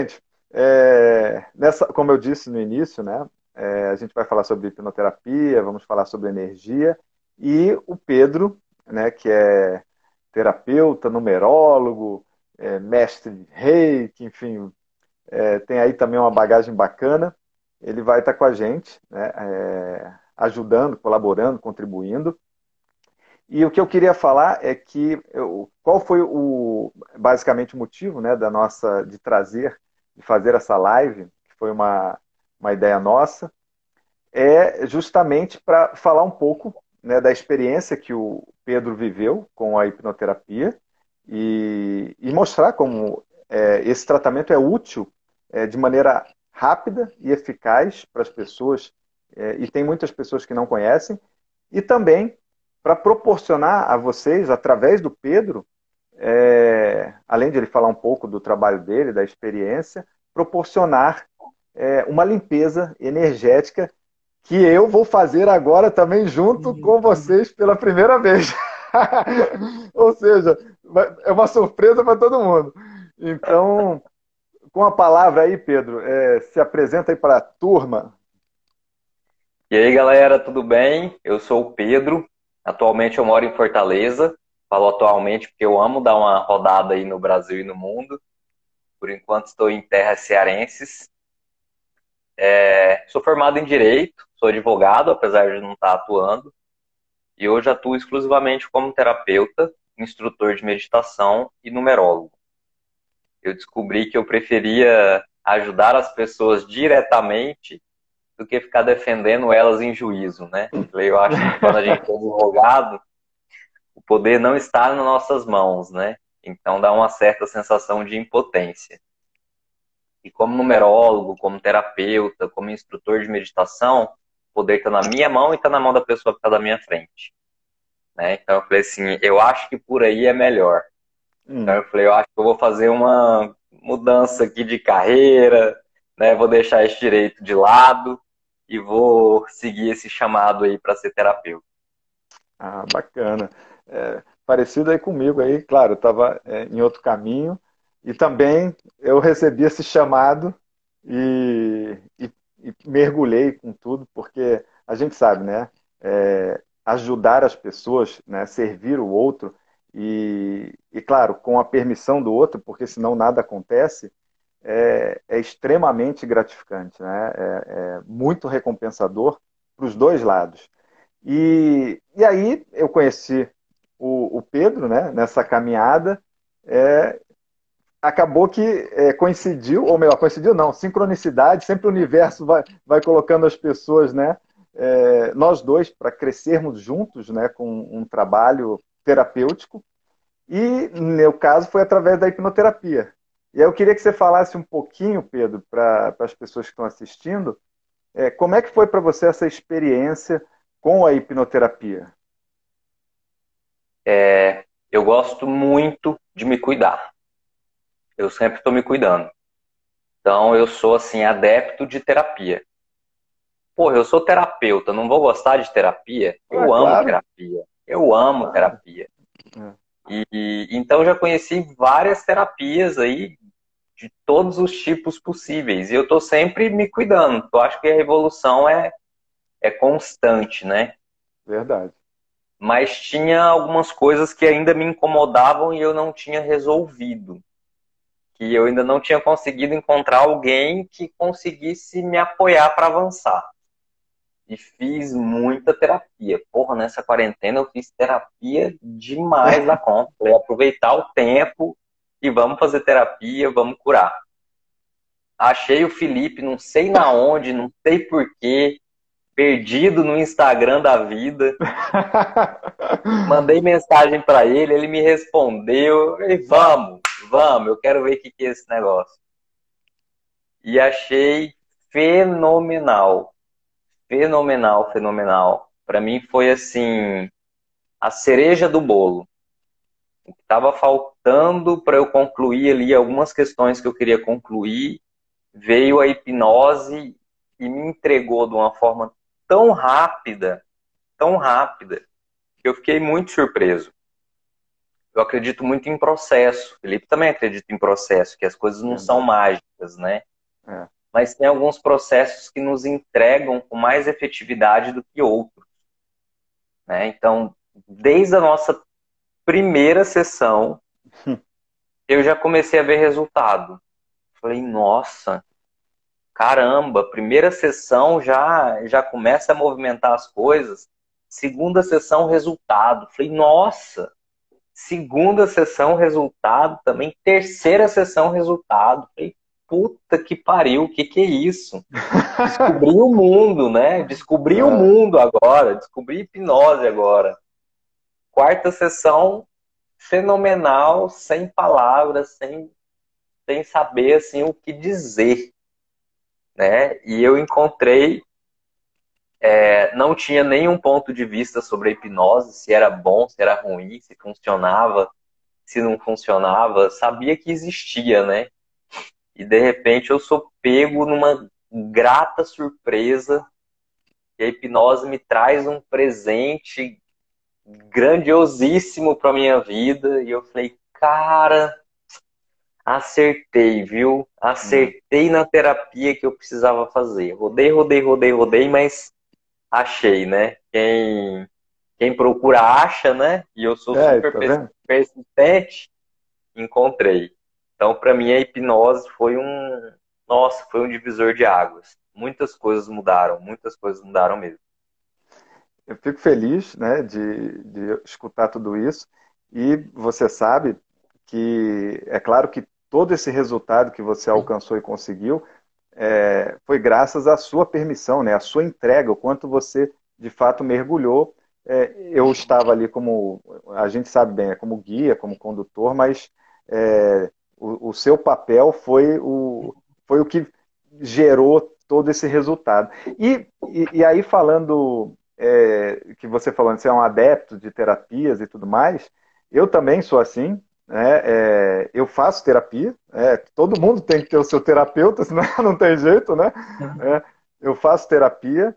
Como eu disse no início, né, a gente vai falar sobre hipnoterapia, vamos falar sobre energia, e o Pedro, né, que é terapeuta, numerólogo, mestre de reiki, enfim, tem aí também uma bagagem bacana. Ele vai estar com a gente, né, ajudando, colaborando, contribuindo. E o que eu queria falar é que qual foi basicamente o motivo, né, de trazer, de fazer essa live, que foi uma ideia nossa, é justamente para falar um pouco, né, da experiência que o Pedro viveu com a hipnoterapia e mostrar como esse tratamento é útil de maneira rápida e eficaz para as pessoas, e tem muitas pessoas que não conhecem, e também para proporcionar a vocês, através do Pedro, além de ele falar um pouco do trabalho dele, da experiência, proporcionar uma limpeza energética que eu vou fazer agora também junto com vocês pela primeira vez. Ou seja, é uma surpresa para todo mundo. Então, com a palavra aí, Pedro, se apresenta aí para a turma. E aí, galera, tudo bem? Eu sou o Pedro. Atualmente eu moro em Fortaleza. Falo atualmente porque eu amo dar uma rodada aí no Brasil e no mundo. Por enquanto estou em terras cearenses. Sou formado em Direito, sou advogado, apesar de não estar atuando. E hoje atuo exclusivamente como terapeuta, instrutor de meditação e numerólogo. Eu descobri que eu preferia ajudar as pessoas diretamente do que ficar defendendo elas em juízo, né? Eu acho que quando a gente é advogado, o poder não está nas nossas mãos, né? Então dá uma certa sensação de impotência. E como numerólogo, como terapeuta, como instrutor de meditação, o poder está na minha mão e está na mão da pessoa que está da minha frente, né? Então eu falei assim, eu acho que por aí é melhor. Então Hum. eu falei, eu acho que eu vou fazer uma mudança aqui de carreira, né? Vou deixar esse direito de lado e vou seguir esse chamado aí para ser terapeuta. Ah, bacana. Parecido aí comigo aí, claro, eu estava em outro caminho e também eu recebi esse chamado e mergulhei com tudo, porque a gente sabe, né? Ajudar as pessoas, né? Servir o outro claro, com a permissão do outro, porque senão nada acontece, é extremamente gratificante, né? É muito recompensador para os dois lados. E aí eu conheci o Pedro, né, nessa caminhada. É, Acabou que coincidiu, ou melhor, coincidiu não, sincronicidade, sempre o universo vai colocando as pessoas, né, nós dois, para crescermos juntos, né, com um trabalho terapêutico. E, no meu caso, foi através da hipnoterapia. E aí eu queria que você falasse um pouquinho, Pedro, para as pessoas que estão assistindo, como é que foi para você essa experiência com a hipnoterapia? Eu gosto muito de me cuidar. Eu sempre estou me cuidando. Então, eu sou, assim, adepto de terapia. Porra, eu sou terapeuta, não vou gostar de terapia? Ah, Eu amo claro, terapia. Eu amo claro. terapia. É. Então, já conheci várias terapias aí, de todos os tipos possíveis. E eu estou sempre me cuidando. Eu acho que a evolução é constante, né? Verdade. Mas tinha algumas coisas que ainda me incomodavam e eu não tinha resolvido. Que eu ainda não tinha conseguido encontrar alguém que conseguisse me apoiar para avançar. E fiz muita terapia. Porra, nessa quarentena eu fiz terapia demais da conta. Falei, aproveitar o tempo e vamos fazer terapia, vamos curar. Achei o Felipe, não sei na onde, não sei porquê, perdido no Instagram da vida. Mandei mensagem para ele, ele me respondeu. Eu falei, vamos, eu quero ver o que é esse negócio. E achei fenomenal. Fenomenal, fenomenal. Para mim foi assim, a cereja do bolo. O que estava faltando para eu concluir ali algumas questões que eu queria concluir, veio a hipnose e me entregou de uma forma tão rápida, que eu fiquei muito surpreso. eu acredito muito em processo. O Felipe também acredita em processo, que as coisas não são Verdade. mágicas, né? É. Mas tem alguns processos que nos entregam com mais efetividade do que outros, né? Então, desde a nossa primeira sessão, eu já comecei a ver resultado. Falei, nossa, caramba, primeira sessão já começa a movimentar as coisas. Segunda sessão, resultado. Falei, nossa, segunda sessão, resultado também. Terceira sessão, resultado. Falei, puta que pariu, o que é isso? Descobri o mundo, né? Descobri o É, mundo agora, descobri hipnose agora. Quarta sessão, fenomenal, sem palavras, sem saber assim o que dizer, né? E eu encontrei, não tinha nenhum ponto de vista sobre a hipnose, se era bom, se era ruim, se funcionava, se não funcionava, sabia que existia, né? E de repente eu sou pego numa grata surpresa que a hipnose me traz um presente grandiosíssimo para minha vida. E eu falei, cara, acertei, viu? é, Acertei na terapia que eu precisava fazer. Rodei, rodei, rodei, rodei, mas achei, né? Quem procura acha, né? E eu sou super tá vendo? persistente, encontrei. Então, para mim, a hipnose nossa, foi um divisor de águas. Muitas coisas mudaram mesmo. Eu fico feliz, né, de escutar tudo isso. E você sabe que é claro que todo esse resultado que você alcançou e conseguiu foi graças à sua permissão, né, à sua entrega, o quanto você de fato mergulhou. Eu estava ali como, a gente sabe bem, como guia, como condutor, mas o seu papel foi o que gerou todo esse resultado. E aí falando que você falando que você é um adepto de terapias e tudo mais, eu também sou assim, né? Eu faço terapia, todo mundo tem que ter o seu terapeuta, senão não tem jeito, né? É, eu faço terapia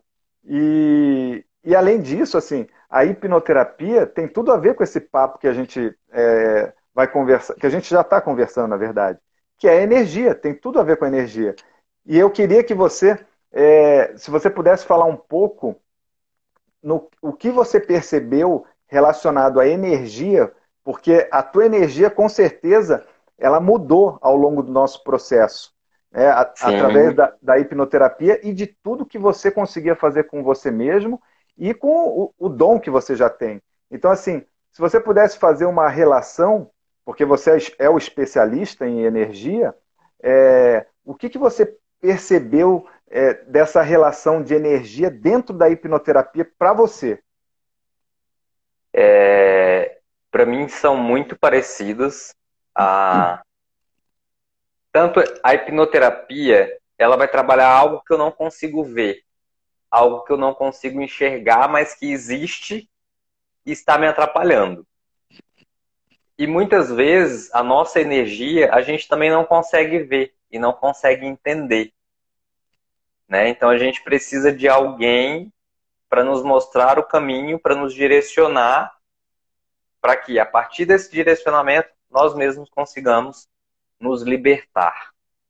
e além disso, assim, a hipnoterapia tem tudo a ver com esse papo que a gente vai conversar, que a gente já está conversando, na verdade, que é energia, tem tudo a ver com energia. E eu queria que você, se você pudesse falar um pouco no o que você percebeu relacionado à energia, porque a tua energia, com certeza, ela mudou ao longo do nosso processo, né? Através Sim, da hipnoterapia e de tudo que você conseguia fazer com você mesmo e com o dom que você já tem. Então, assim, se você pudesse fazer uma relação, porque você é o especialista em energia, o que você percebeu dessa relação de energia dentro da hipnoterapia para você? para mim são muito parecidas. A, tanto a hipnoterapia, ela vai trabalhar algo que eu não consigo ver, algo que eu não consigo enxergar, mas que existe e está me atrapalhando. E muitas vezes a nossa energia a gente também não consegue ver e não consegue entender, né? Então a gente precisa de alguém para nos mostrar o caminho, para nos direcionar, para que a partir desse direcionamento nós mesmos consigamos nos libertar.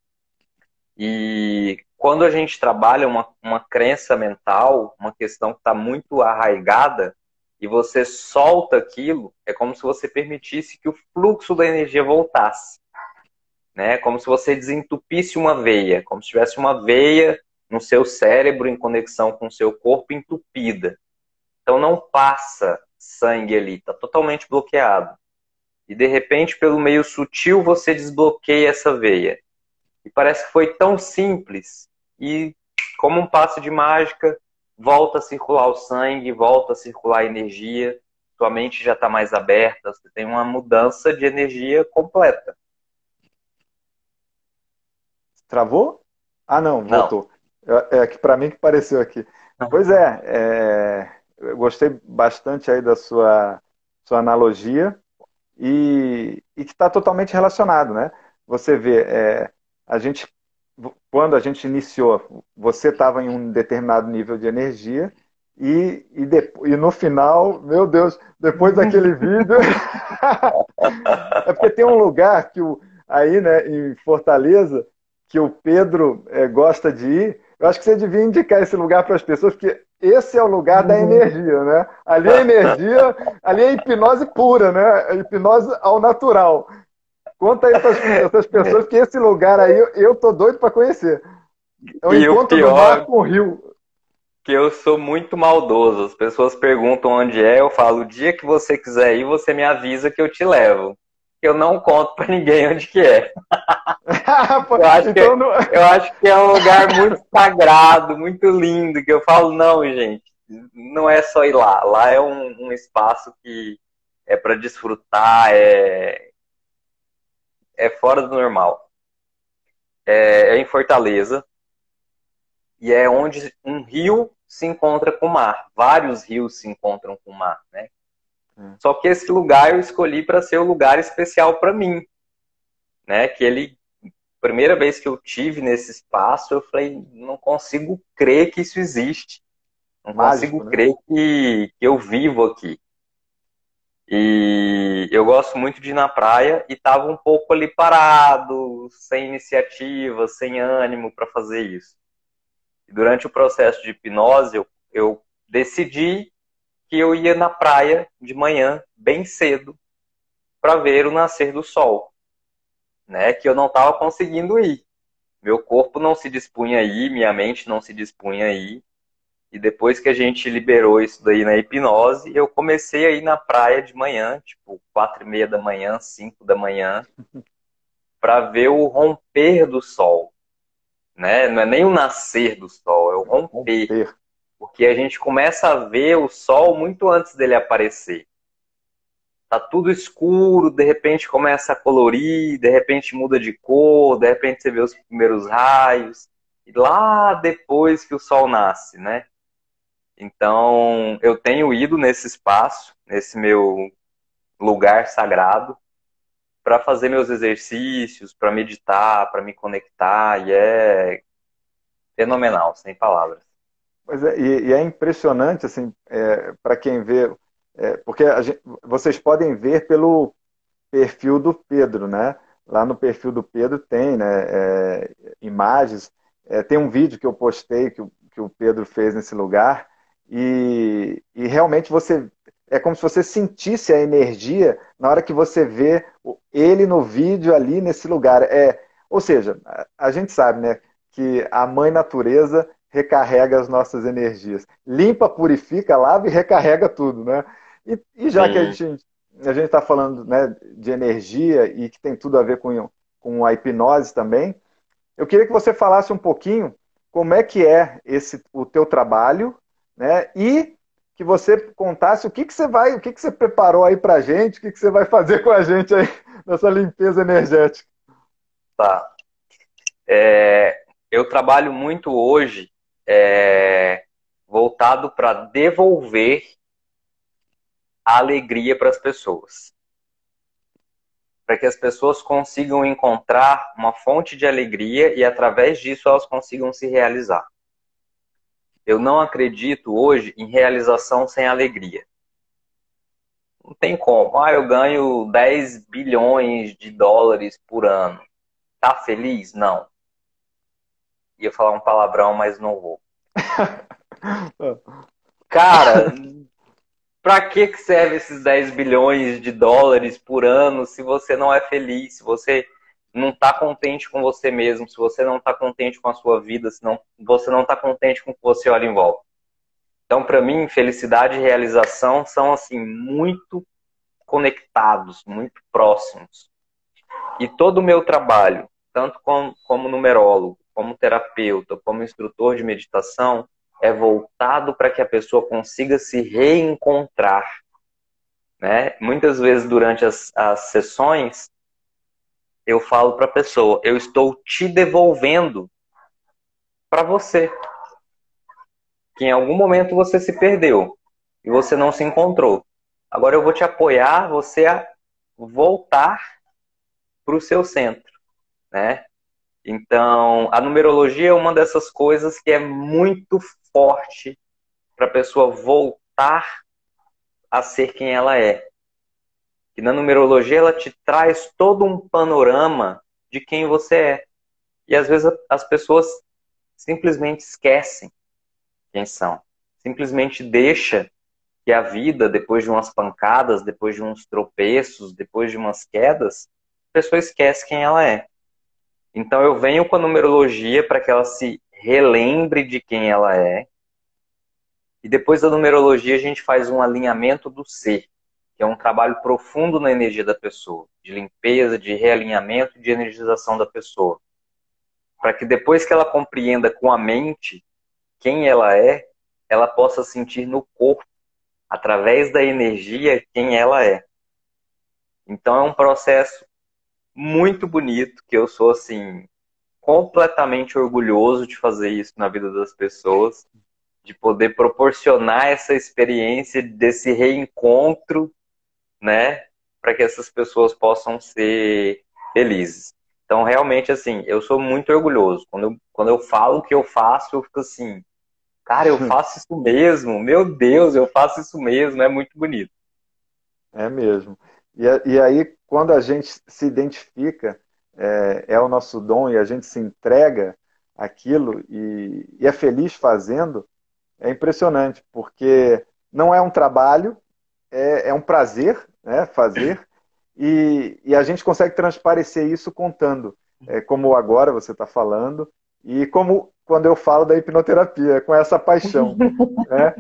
E quando a gente trabalha uma crença mental, uma questão que está muito arraigada, e você solta aquilo, é como se você permitisse que o fluxo da energia voltasse, né? Como se você desentupisse uma veia, como se tivesse uma veia no seu cérebro em conexão com o seu corpo entupida. Então não passa sangue ali, está totalmente bloqueado. E de repente, pelo meio sutil, você desbloqueia essa veia. E parece que foi tão simples. E como um passe de mágica, volta a circular o sangue, volta a circular a energia, sua mente já está mais aberta, você tem uma mudança de energia completa. Travou? Ah, não, Não. voltou. É que para mim que pareceu aqui. Pois eu gostei bastante aí da sua analogia e que está totalmente relacionado, né? Você vê, a gente, quando a gente iniciou, você estava em um determinado nível de energia e no final, meu Deus, depois daquele vídeo, É porque tem um lugar que aí, né, em Fortaleza, que o Pedro gosta de ir. Eu acho que você devia indicar esse lugar para as pessoas, porque esse é o lugar da Uhum. energia, né? Ali é energia, ali é hipnose pura, né? É hipnose ao natural. Conta aí para essas pessoas que esse lugar aí eu tô doido para conhecer. É o E o encontro do mar pior com o rio. que eu sou muito maldoso. As pessoas perguntam onde é, eu falo, o dia que você quiser ir, você me avisa que eu te levo. Eu não conto pra ninguém onde que é. Eu acho Então, que, eu acho que é um lugar muito sagrado, muito lindo, que eu falo, não, gente, não é só ir lá. Lá é um espaço que é para desfrutar, é fora do normal. É em Fortaleza, e é onde um rio se encontra com o mar. Vários rios se encontram com o mar, né? Só que esse lugar eu escolhi para ser o lugar especial para mim, né? Que ele, primeira vez que eu tive nesse espaço, eu falei, não consigo crer que isso existe, não consigo mágico, né? crer que eu vivo aqui. E eu gosto muito de ir na praia e estava um pouco ali parado, sem iniciativa, sem ânimo para fazer isso. E durante o processo de hipnose, eu decidi que eu ia na praia de manhã, bem cedo, para ver o nascer do sol, né? Que eu não estava conseguindo ir. Meu corpo não se dispunha a ir, minha mente não se dispunha a ir. E depois que a gente liberou isso daí na hipnose, eu comecei a ir na praia de manhã, tipo 4:30 da manhã, 5 da manhã, para ver o romper do sol, né? Não é nem o nascer do sol, é o romper, Romper. porque a gente começa a ver o sol muito antes dele aparecer. Tá tudo escuro, de repente começa a colorir, de repente muda de cor, de repente você vê os primeiros raios, e lá depois que o sol nasce, né? Então, eu tenho ido nesse espaço, nesse meu lugar sagrado, para fazer meus exercícios, para meditar, para me conectar, e é fenomenal, sem palavras. Pois é, e é impressionante, assim, para quem vê, porque vocês podem ver pelo perfil do Pedro, né? Lá no perfil do Pedro tem, né, imagens. Tem um vídeo que eu postei que o Pedro fez nesse lugar e realmente você é como se você sentisse a energia na hora que você vê ele no vídeo ali nesse lugar. Ou seja, a gente sabe, né, que a mãe natureza recarrega as nossas energias, limpa, purifica, lava e recarrega tudo, né? E já que Sim. a gente está falando, né, de energia e que tem tudo a ver com a hipnose também. Eu queria que você falasse um pouquinho como é que é o teu trabalho, né? E que você contasse o que você preparou aí para a gente, o que você vai fazer com a gente aí nessa limpeza energética. Tá. Eu trabalho muito hoje voltado para devolver a alegria para as pessoas. Para que as pessoas consigam encontrar uma fonte de alegria e, através disso, elas consigam se realizar. Eu não acredito hoje em realização sem alegria. Não tem como. Ah, eu ganho 10 bilhões de dólares por ano. Tá feliz? Não. Ia falar um palavrão, mas não vou. Cara, pra que serve esses 10 bilhões de dólares por ano se você não é feliz, se você não tá contente com você mesmo, se você não tá contente com a sua vida, se não, você não tá contente com o que você olha em volta? Então, para mim, felicidade e realização são assim muito conectados, muito próximos. E todo o meu trabalho, tanto como numerólogo, como terapeuta, como instrutor de meditação, é voltado para que a pessoa consiga se reencontrar, né? Muitas vezes durante as sessões, eu falo para a pessoa, eu estou te devolvendo para você, que em algum momento você se perdeu e você não se encontrou. Agora eu vou te apoiar você a voltar para o seu centro, né? Então, a numerologia é uma dessas coisas que é muito forte para a pessoa voltar a ser quem ela é. que na numerologia ela te traz todo um panorama de quem você é. E às vezes as pessoas simplesmente esquecem quem são. Simplesmente deixa que a vida, depois de umas pancadas, depois de uns tropeços, depois de umas quedas, a pessoa esquece quem ela é. Então eu venho com a numerologia para que ela se relembre de quem ela é. E depois da numerologia a gente faz um alinhamento do ser, que é um trabalho profundo na energia da pessoa, de limpeza, de realinhamento, de energização da pessoa. Para que depois que ela compreenda com a mente quem ela é, ela possa sentir no corpo, através da energia, quem ela é. Então é um processo muito bonito, que eu sou, assim, completamente orgulhoso de fazer isso na vida das pessoas, de poder proporcionar essa experiência desse reencontro, né, para que essas pessoas possam ser felizes. Então, realmente, assim, eu sou muito orgulhoso. Quando eu falo o que eu faço, eu fico assim, cara, eu faço isso mesmo, meu Deus, eu faço isso mesmo, é muito bonito. É mesmo. E aí, quando a gente se identifica, é o nosso dom e a gente se entrega aquilo e é feliz fazendo, é impressionante, porque não é um trabalho, é um prazer, né, fazer, e a gente consegue transparecer isso contando, como agora você está falando, e como quando eu falo da hipnoterapia, com essa paixão, né?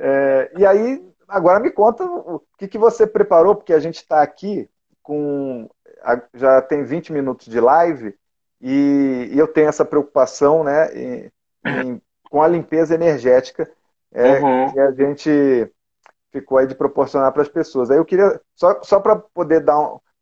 E aí, agora me conta o que você preparou, porque a gente está aqui com. Já tem 20 minutos de live e eu tenho essa preocupação, né, com a limpeza energética Uhum. que a gente ficou aí de proporcionar para as pessoas. Aí eu queria, só para poder dar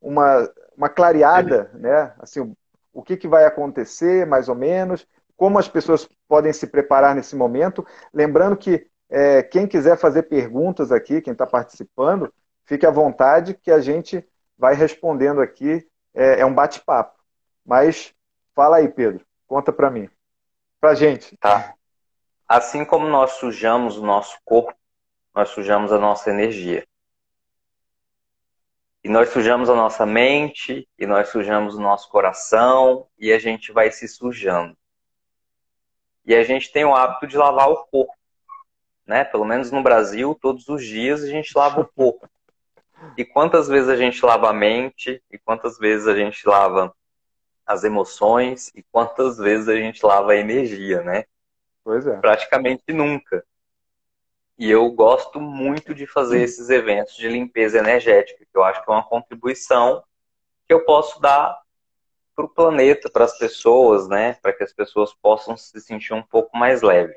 uma clareada, né, assim, o que vai acontecer, mais ou menos, como as pessoas podem se preparar nesse momento. Lembrando que quem quiser fazer perguntas aqui, quem está participando, fique à vontade que a gente vai respondendo aqui. É um bate-papo. Mas fala aí, Pedro, conta para mim, para gente. Tá. Assim como nós sujamos o nosso corpo, nós sujamos a nossa energia. E nós sujamos a nossa mente, e nós sujamos o nosso coração, e a gente vai se sujando. E a gente tem o hábito de lavar o corpo, né? Pelo menos no Brasil, todos os dias a gente lava o corpo. E quantas vezes a gente lava a mente, e quantas vezes a gente lava as emoções, e quantas vezes a gente lava a energia, né? Pois é. Praticamente nunca. E eu gosto muito de fazer esses eventos de limpeza energética, que eu acho que é uma contribuição que eu posso dar para o planeta, para as pessoas, né? Para que as pessoas possam se sentir um pouco mais leve.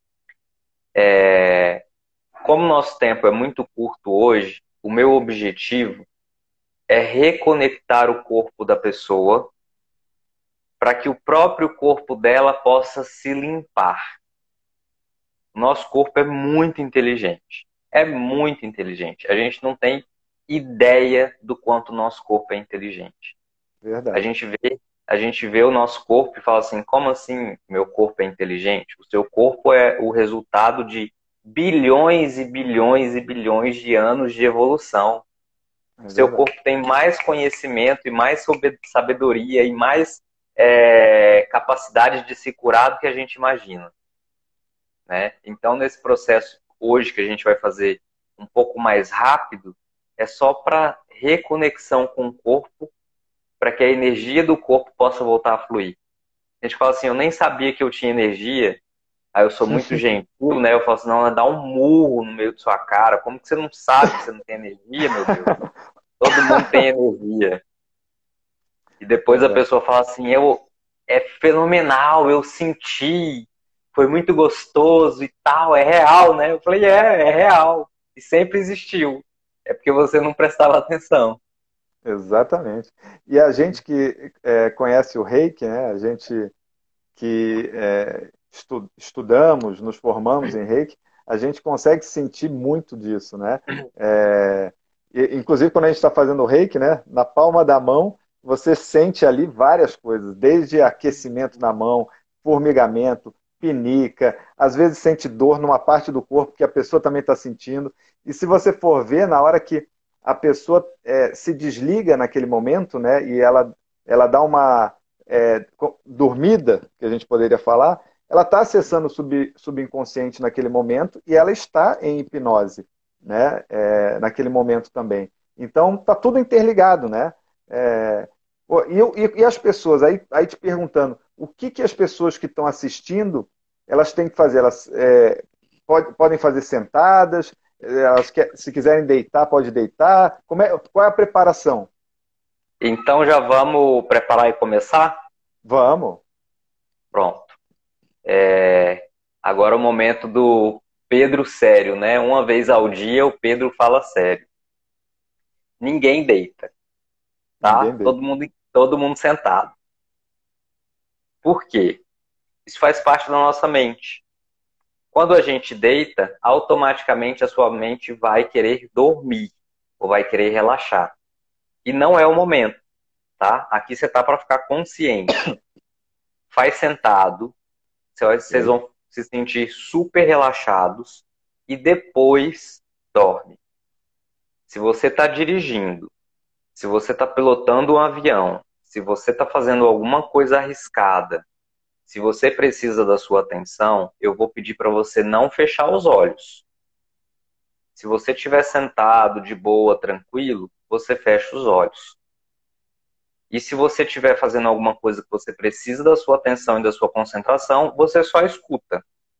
Como nosso tempo é muito curto hoje, o meu objetivo é reconectar o corpo da pessoa para que o próprio corpo dela possa se limpar. O nosso corpo é muito inteligente. É muito inteligente. A gente não tem ideia do quanto o nosso corpo é inteligente. A Verdade. gente vê, a gente vê o nosso corpo e fala assim, como assim meu corpo é inteligente? O seu corpo é o resultado de bilhões e bilhões e bilhões de anos de evolução. É O seu verdade. corpo tem mais conhecimento e mais sabedoria e mais capacidade de se curar do que a gente imagina, né? Então, nesse processo hoje que a gente vai fazer um pouco mais rápido, é só para reconexão com o corpo, para que a energia do corpo possa voltar a fluir. A gente fala assim, eu nem sabia que eu tinha energia, aí eu sou muito gentil, né? Eu falo assim, não, dá um murro no meio de sua cara, como que você não sabe que você não tem energia, meu Deus? Todo mundo tem energia. E depois a Verdade. pessoa fala assim, é fenomenal, eu senti, foi muito gostoso e tal, é real, né? Eu falei, é real. E sempre existiu. É porque você não prestava atenção. Exatamente. E a gente que conhece o Reiki, né? A gente que estudamos, nos formamos em Reiki, a gente consegue sentir muito disso, né? Inclusive quando a gente está fazendo o Reiki, né? Na palma da mão, você sente ali várias coisas, desde aquecimento na mão, formigamento, pinica, às vezes sente dor numa parte do corpo que a pessoa também está sentindo. E se você for ver, na hora que a pessoa se desliga naquele momento, né? E ela dá uma dormida, que a gente poderia falar, ela está acessando o subconsciente naquele momento e ela está em hipnose, né? Naquele momento também. Então, está tudo interligado, né? É, e as pessoas, aí te perguntando, o que as pessoas que estão assistindo, elas têm que fazer? Elas podem fazer sentadas, se quiserem deitar, pode deitar. Qual é a preparação? Então já vamos preparar e começar? Vamos. Pronto. Agora é o momento do Pedro sério, né? Uma vez ao dia o Pedro fala sério. Ninguém deita, tá? Ninguém deita. Todo mundo sentado. Por quê? Isso faz parte da nossa mente. Quando a gente deita, automaticamente a sua mente vai querer dormir ou vai querer relaxar. E não é o momento, tá? Aqui você tá para ficar consciente. Faz sentado, vocês Ok. vão se sentir super relaxados e depois dorme. Se você está dirigindo, se você está pilotando um avião, se você está fazendo alguma coisa arriscada, se você precisa da sua atenção, eu vou pedir para você não fechar os olhos. Se você estiver sentado, de boa, tranquilo, você fecha os olhos. E se você estiver fazendo alguma coisa que você precisa da sua atenção e da sua concentração, você só escuta,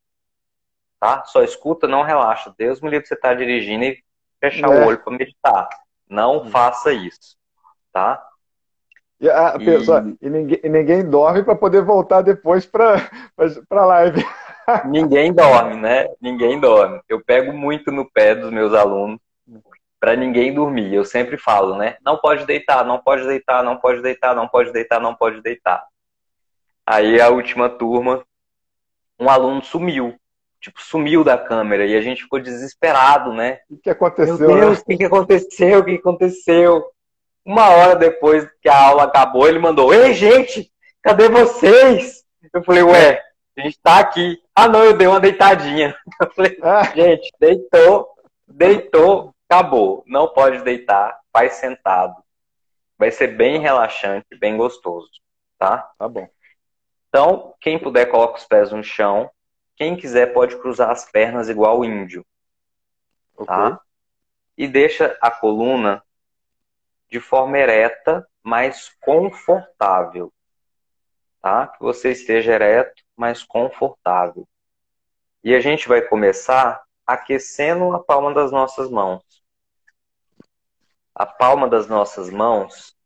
tá? Só escuta, não relaxa. Deus me livre de você estar dirigindo e fechar o olho É. para meditar. Não faça isso, tá? E a pessoa, E e ninguém dorme para poder voltar depois para a live. ninguém dorme, né? Ninguém dorme. Eu pego muito no pé dos meus alunos para ninguém dormir. Eu sempre falo, né? Não pode deitar, não pode deitar, não pode deitar, não pode deitar, não pode deitar. Aí a última turma, um aluno sumiu. Tipo, sumiu da câmera e a gente ficou desesperado, né? O que Meu aconteceu, Deus, né? o que aconteceu? O que aconteceu? Uma hora depois que a aula acabou, ele mandou: Ei, gente, cadê vocês? Eu falei: Ué, a gente tá aqui. Ah, não, eu dei uma deitadinha. Eu falei: Ah, Gente, deitou, acabou. Não pode deitar, faz sentado. Vai ser bem relaxante, bem gostoso, tá? tá bom. Então, quem puder, coloca os pés no chão. Quem quiser pode cruzar as pernas igual o índio, Ok. tá? E deixa a coluna de forma ereta, mas confortável, tá? Que você esteja ereto, mas confortável. E a gente vai começar aquecendo a palma das nossas mãos. A palma das nossas mãos,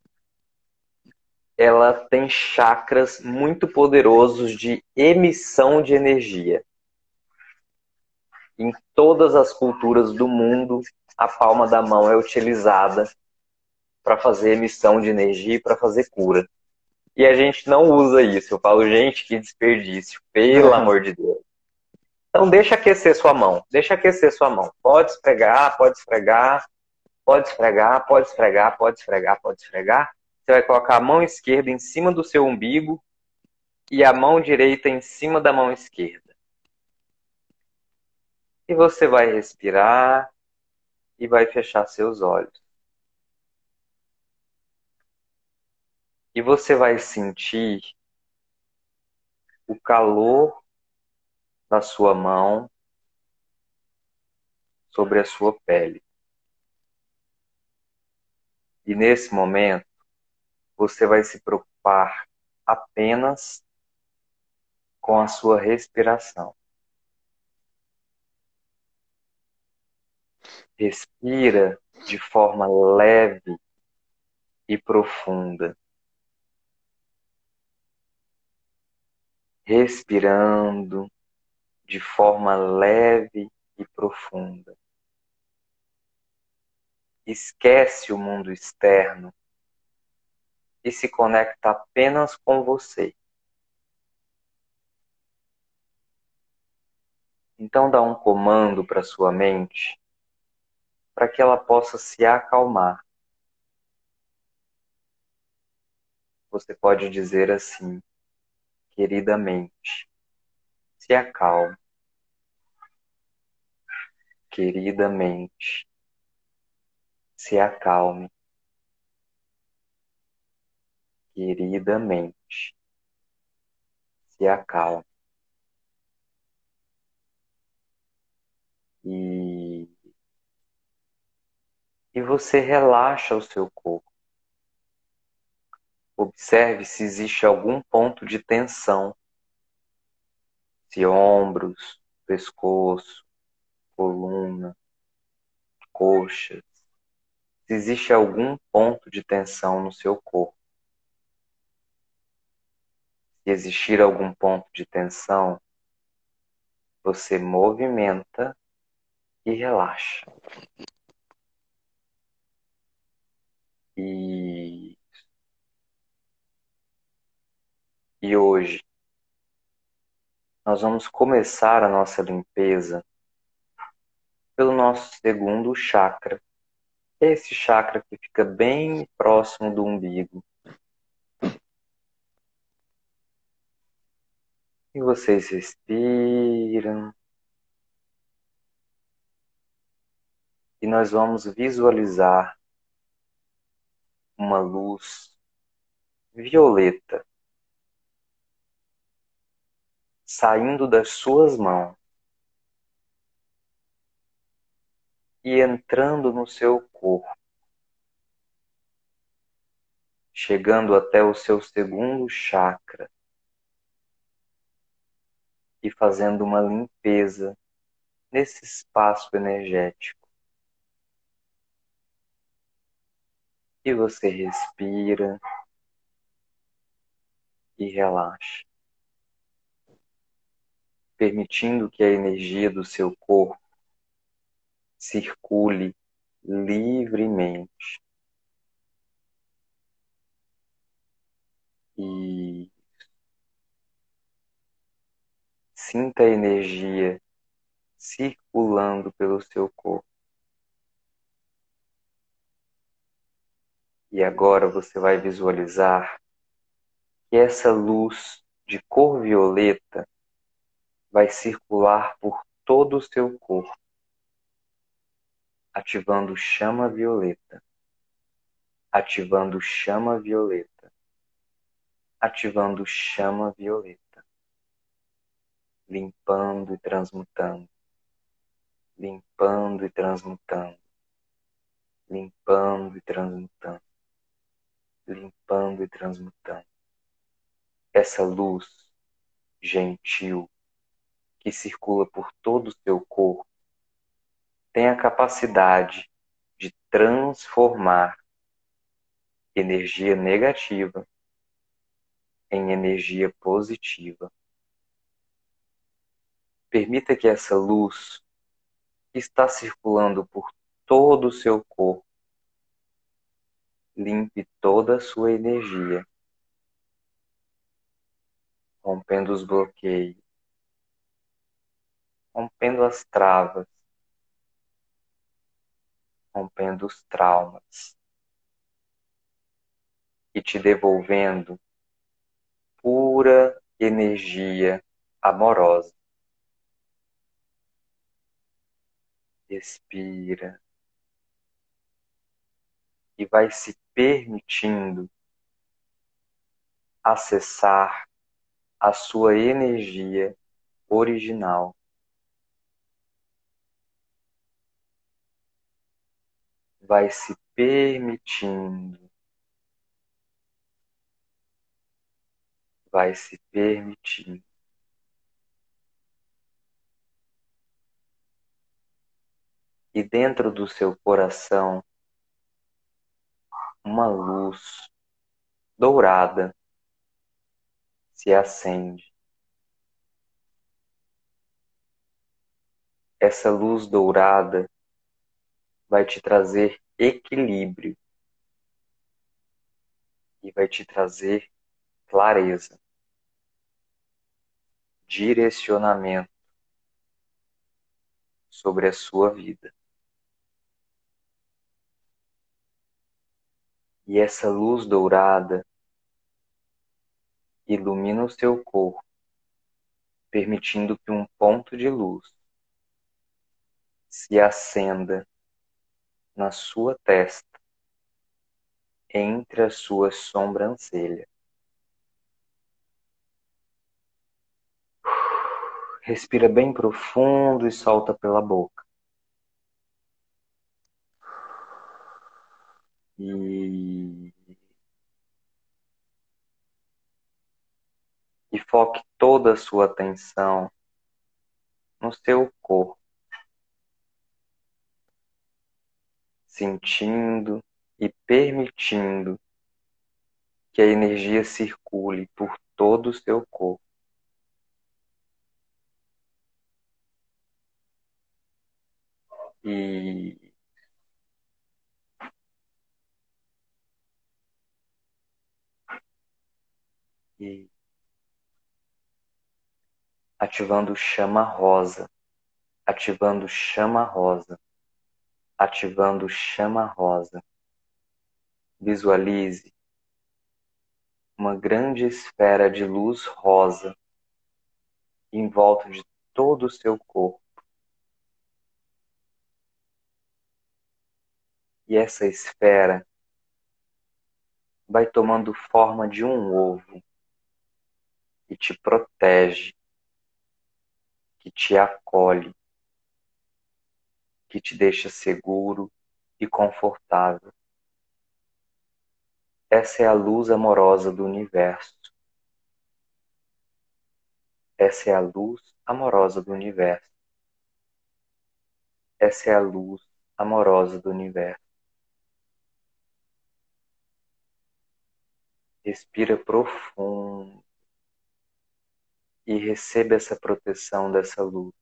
ela tem chakras muito poderosos de emissão de energia. Em todas as culturas do mundo, a palma da mão é utilizada para fazer emissão de energia e para fazer cura. E a gente não usa isso. Eu falo, gente, que desperdício, pelo amor de Deus. Então deixa aquecer sua mão, deixa aquecer sua mão. Pode esfregar, pode esfregar, pode esfregar, pode esfregar, pode esfregar, pode esfregar. Você vai colocar a mão esquerda em cima do seu umbigo e a mão direita em cima da mão esquerda. E você vai respirar e vai fechar seus olhos. E você vai sentir o calor da sua mão sobre a sua pele. E nesse momento, você vai se preocupar apenas com a sua respiração. Respira de forma leve e profunda. Respirando de forma leve e profunda. Esquece o mundo externo e se conecta apenas com você. Então dá um comando para sua mente para que ela possa se acalmar. Você pode dizer assim, queridamente, se acalme, queridamente, se acalme, querida mente, se acalme. E, e você relaxa o seu corpo. Observe se existe algum ponto de tensão, se ombros, pescoço, coluna, coxas, se existe algum ponto de tensão no seu corpo. Se existir algum ponto de tensão, você movimenta e relaxa. E, e hoje nós vamos começar a nossa limpeza pelo nosso segundo chakra. Esse chakra que fica bem próximo do umbigo. E vocês respiram. E nós vamos visualizar uma luz violeta saindo das suas mãos e entrando no seu corpo, chegando até o seu segundo chakra e fazendo uma limpeza nesse espaço energético. E você respira e relaxa, permitindo que a energia do seu corpo circule livremente. E sinta a energia circulando pelo seu corpo. E agora você vai visualizar que essa luz de cor violeta vai circular por todo o seu corpo, ativando chama violeta, ativando chama violeta, ativando chama violeta, limpando e transmutando, limpando e transmutando, limpando e transmutando, limpando e transmutando. Essa luz gentil que circula por todo o seu corpo tem a capacidade de transformar energia negativa em energia positiva. Permita que essa luz que está circulando por todo o seu corpo limpe toda a sua energia, rompendo os bloqueios, rompendo as travas, rompendo os traumas e te devolvendo pura energia amorosa. Respira e vai se permitindo acessar a sua energia original. Vai se permitindo, vai se permitindo. E dentro do seu coração, uma luz dourada se acende. Essa luz dourada vai te trazer equilíbrio e vai te trazer clareza, direcionamento sobre a sua vida. E essa luz dourada ilumina o seu corpo, permitindo que um ponto de luz se acenda na sua testa, entre as suas sobrancelhas. Respira bem profundo e solta pela boca. E foque toda a sua atenção no seu corpo, sentindo e permitindo que a energia circule por todo o seu corpo. E ativando chama rosa, ativando chama rosa, ativando chama rosa. Visualize uma grande esfera de luz rosa em volta de todo o seu corpo. E essa esfera vai tomando forma de um ovo que te protege, que te acolhe, que te deixa seguro e confortável. Essa é a luz amorosa do universo. Essa é a luz amorosa do universo. Essa é a luz amorosa do universo. Respira profundo e receba essa proteção dessa luz.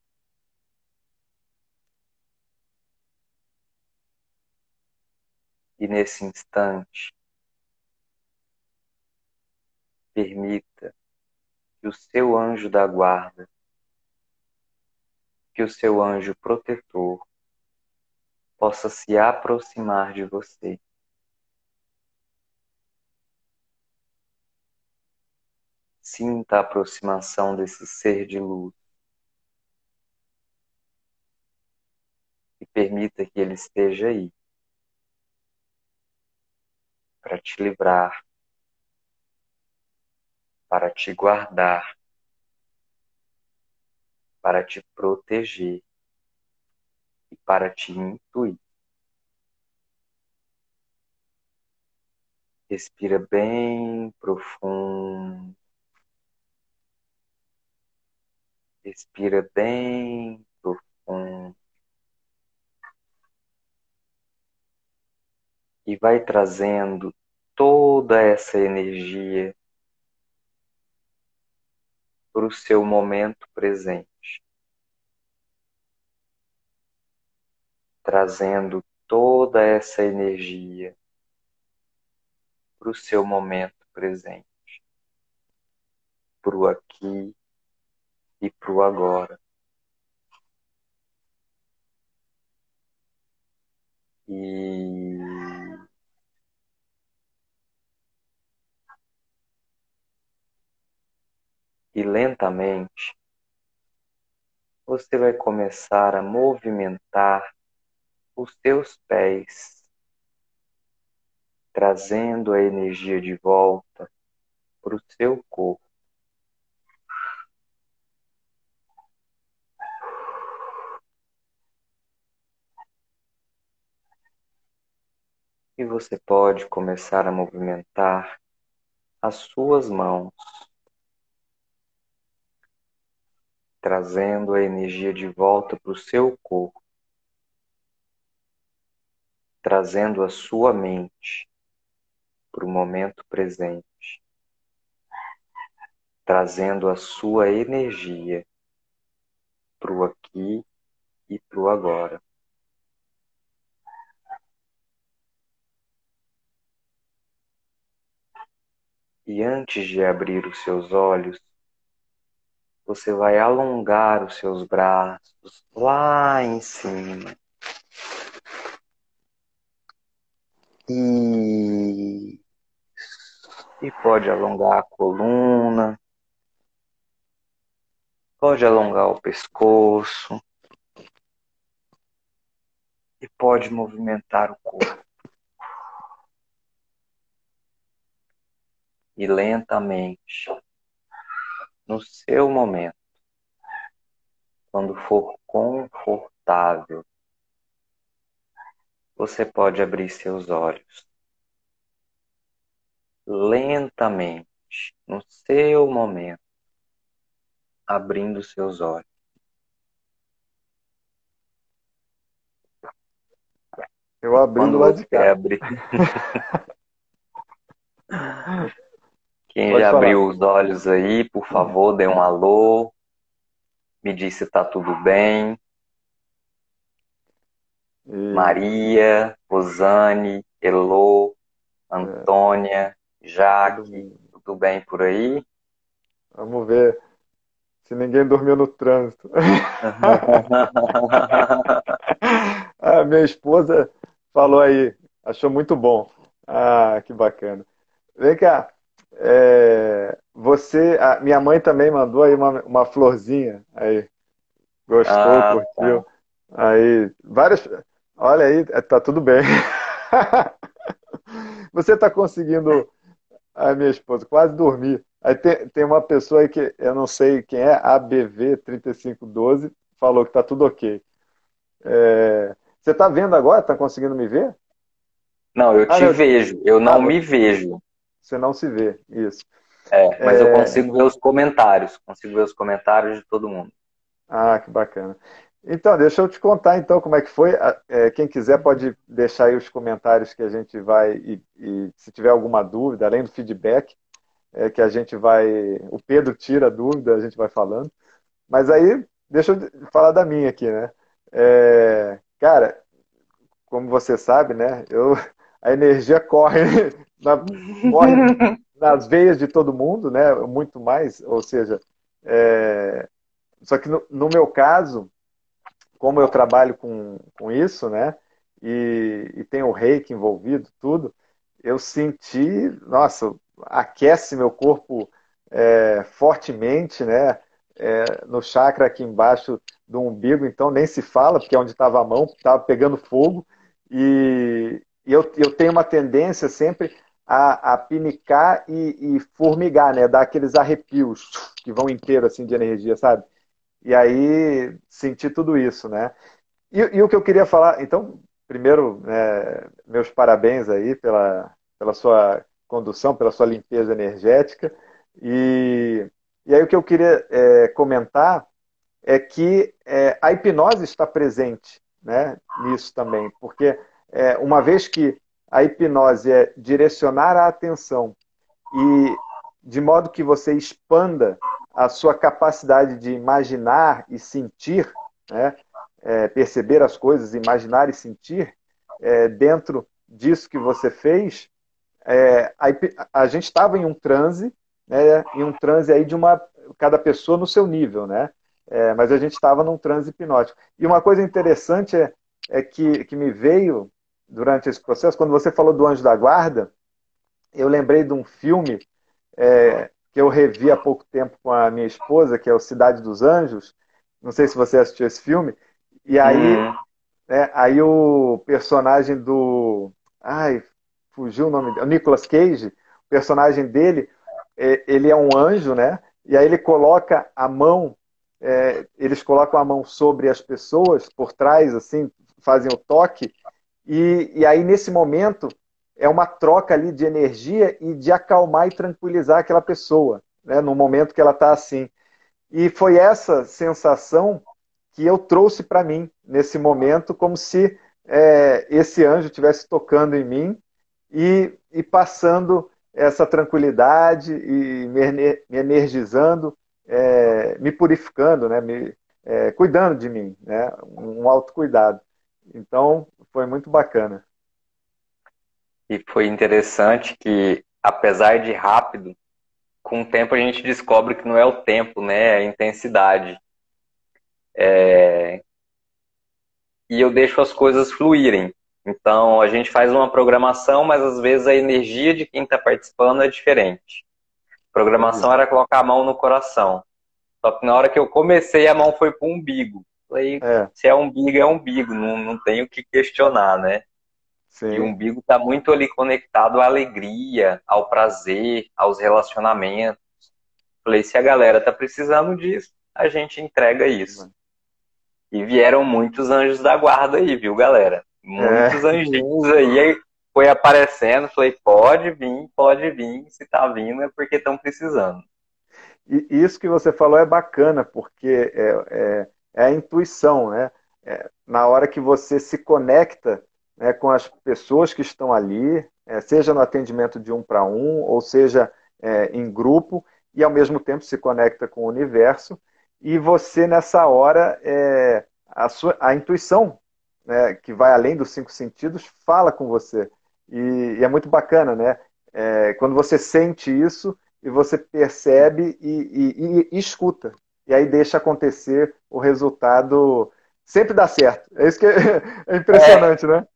E nesse instante, permita que o seu anjo da guarda, que o seu anjo protetor possa se aproximar de você. Sinta a aproximação desse ser de luz e permita que ele esteja aí para te livrar, para te guardar, para te proteger e para te intuir. Respira bem profundo. Respira bem profundo. E vai trazendo toda essa energia para o seu momento presente. Trazendo toda essa energia para o seu momento presente. Para o aqui e para o agora. E lentamente você vai começar a movimentar os seus pés, trazendo a energia de volta para o seu corpo. E você pode começar a movimentar as suas mãos, trazendo a energia de volta para o seu corpo, trazendo a sua mente para o momento presente, trazendo a sua energia para o aqui e para o agora. E antes de abrir os seus olhos, você vai alongar os seus braços lá em cima. E pode alongar a coluna, pode alongar o pescoço. E pode movimentar o corpo. E lentamente, no seu momento, quando for confortável, você pode abrir seus olhos. Lentamente, no seu momento, abrindo seus olhos. Eu E abri do quando lado de você cá. abrir, quem Pode já falar. abriu os olhos aí, por favor, dê um alô, me diz se tá tudo bem. E, Maria, Rosane, Elô, é, Antônia, todo Jaque, mundo. tudo bem por aí? Vamos ver se ninguém dormiu no trânsito. A minha esposa falou aí, achou muito bom. Ah, que bacana. Vem cá, minha mãe também mandou aí uma florzinha. Aí, gostou, Ah, tá. curtiu. Aí, várias. Olha aí, tá tudo bem. Você está conseguindo, a minha esposa, quase dormir. Aí tem uma pessoa aí que eu não sei quem é, ABV3512, falou que tá tudo ok. Você está vendo agora? Está conseguindo me ver? Não, eu Ah, te não, vejo, eu ah, não me vejo. você não se vê, isso. É, mas eu É, consigo ver os comentários, consigo ver os comentários de todo mundo. Ah, que bacana. Então, deixa eu te contar então como é que foi. Quem quiser pode deixar aí os comentários que a gente vai, e se tiver alguma dúvida, além do feedback, que a gente vai. O Pedro tira a dúvida, a gente vai falando. Mas aí, deixa eu falar da minha aqui, né? Cara, como você sabe, né? A energia corre, corre nas veias de todo mundo, né? Muito mais, ou seja, só que no meu caso, como eu trabalho com isso, né? E tem o reiki envolvido, tudo, eu senti, nossa, aquece meu corpo fortemente, né? No chakra aqui embaixo do umbigo, então nem se fala, porque é onde estava a mão, estava pegando fogo. E eu tenho uma tendência sempre a pinicar e formigar, né? Dar aqueles arrepios que vão inteiro assim de energia, sabe? E aí senti tudo isso, né? E o que eu queria falar, então, primeiro, meus parabéns aí pela sua condução, pela sua limpeza energética. E, e aí o que eu queria comentar é que a hipnose está presente, né, nisso também, porque uma vez que a hipnose é direcionar a atenção e de modo que você expanda a sua capacidade de imaginar e sentir, né, perceber as coisas, imaginar e sentir, dentro disso que você fez, a gente estava em um transe, né, em um transe aí de cada pessoa no seu nível, né? Mas a gente estava num transe hipnótico. E uma coisa interessante que me veio durante esse processo, quando você falou do Anjo da Guarda, eu lembrei de um filme que eu revi há pouco tempo com a minha esposa, que é o Cidade dos Anjos. Não sei se você assistiu esse filme. E aí, Uhum. aí o personagem do. Ai, fugiu o nome dele. O Nicolas Cage, o personagem dele, ele é um anjo, né? E aí ele coloca a mão, eles colocam a mão sobre as pessoas, por trás, assim, fazem o toque, e aí nesse momento é uma troca ali de energia e de acalmar e tranquilizar aquela pessoa, né? No momento que ela está assim. E foi essa sensação que eu trouxe para mim nesse momento, como se esse anjo estivesse tocando em mim e passando essa tranquilidade e me energizando, me purificando, né? Cuidando de mim, né? Um autocuidado. Então, foi muito bacana. E foi interessante que, apesar de rápido, com o tempo a gente descobre que não é o tempo, né? É a intensidade. E eu deixo as coisas fluírem. Então, a gente faz uma programação, mas às vezes a energia de quem está participando é diferente. A programação Entendi. era colocar a mão no coração. Só que na hora que eu comecei, a mão foi pro umbigo. Falei, É, se é umbigo, não tem o que questionar, né? E o sim. umbigo está muito ali conectado à alegria, ao prazer, aos relacionamentos. Falei, se a galera tá precisando disso, a gente entrega isso. E vieram muitos anjos da guarda aí, viu, galera? Muitos É, anjinhos aí foi aparecendo. Falei, pode vir. Se tá vindo é porque estão precisando. e isso que você falou é bacana, porque é a intuição, né? Na hora que você se conecta, né, com as pessoas que estão ali, seja no atendimento de um para um, ou seja, em grupo, e ao mesmo tempo se conecta com o universo, e você nessa hora, a intuição, né, que vai além dos cinco sentidos, fala com você. E é muito bacana, né? Quando você sente isso, e você percebe e escuta. E aí deixa acontecer o resultado. Sempre dá certo. É isso que é É, impressionante, né?